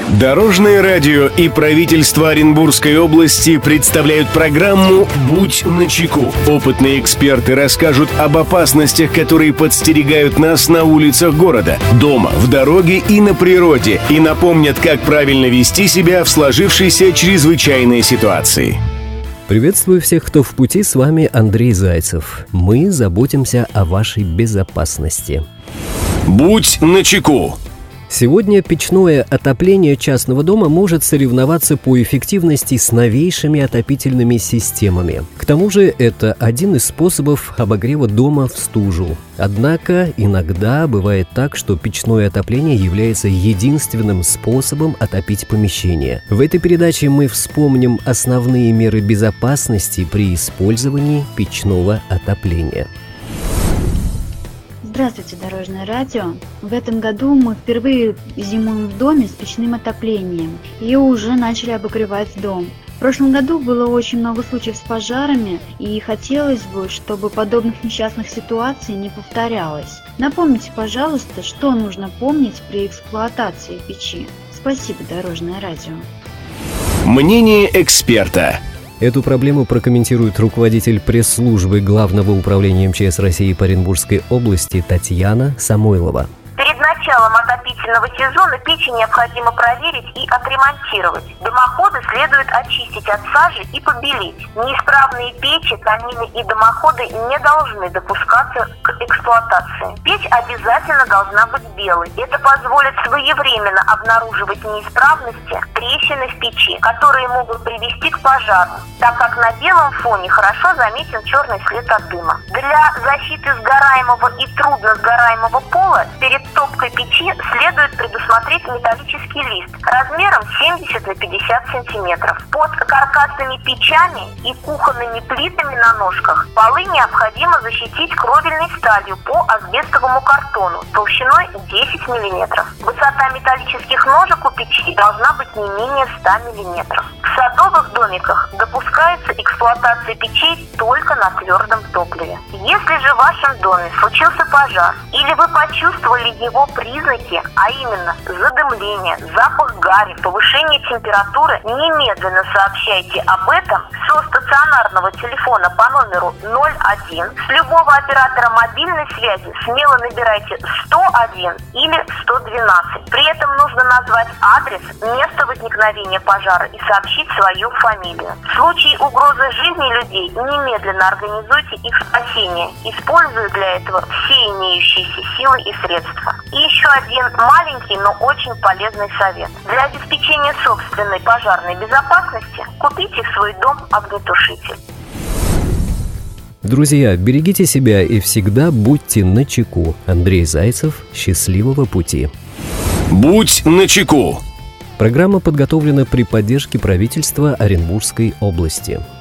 Дорожное радио и правительство Оренбургской области представляют программу «Будь начеку». Опытные эксперты расскажут об опасностях, которые подстерегают нас на улицах города, дома, в дороге и на природе, и напомнят, как правильно вести себя в сложившейся чрезвычайной ситуации. Приветствую всех, кто в пути, с вами Андрей Зайцев. Мы заботимся о вашей безопасности. Будь начеку. Сегодня печное отопление частного дома может соревноваться по эффективности с новейшими отопительными системами. К тому же это один из способов обогрева дома в стужу. Однако иногда бывает так, что печное отопление является единственным способом отопить помещение. В этой передаче мы вспомним основные меры безопасности при использовании печного отопления. Здравствуйте, Дорожное радио! В этом году мы впервые зимуем в доме с печным отоплением и уже начали обогревать дом. В прошлом году было очень много случаев с пожарами, и хотелось бы, чтобы подобных несчастных ситуаций не повторялось. Напомните, пожалуйста, что нужно помнить при эксплуатации печи. Спасибо, Дорожное радио. Мнение эксперта. Эту проблему прокомментирует руководитель пресс-службы Главного управления МЧС России по Оренбургской области Татьяна Самойлова. Перед началом отопительного сезона печи необходимо проверить и отремонтировать. Дымоходы следует очистить от сажи и побелить. Неисправные печи, камины и дымоходы не должны допускаться к эксплуатации. Печь обязательно должна быть белой. Это позволит своевременно обнаруживать неисправности, трещины в печи, которые могут привести к пожару, так как на белом фоне хорошо заметен черный след от дыма. Для защиты сгораемого и трудно сгораемого пола перед топкой печи следует предусмотреть металлический лист размером 70 на 50 сантиметров. Под каркасными печами и кухонными плитами на ножках полы необходимо защитить кровельной сталью по асбестовому картону толщиной 10 мм. Высота металлических ножек у печи должна быть не менее 100 мм. В садовых домиках допускается эксплуатация печей только на твердом топливе. Если же в вашем доме случился пожар или вы почувствовали его признаки, а именно задымление, запах гари, повышение температуры, немедленно сообщайте об этом со стационарного телефона по номеру 01. С любого оператора мобильной связи смело набирайте 101 или 112. При этом нужно назвать адрес, место возникновения пожара и сообщить свою фамилию. В случае угрозы жизни людей немедленно организуйте их спасение, используя для этого все имеющиеся силы и средства. И еще один маленький, но очень полезный совет. Для обеспечения собственной пожарной безопасности купите в свой дом огнетушитель. Друзья, берегите себя и всегда будьте начеку. Андрей Зайцев. Счастливого пути. Будь начеку. Программа подготовлена при поддержке правительства Оренбургской области.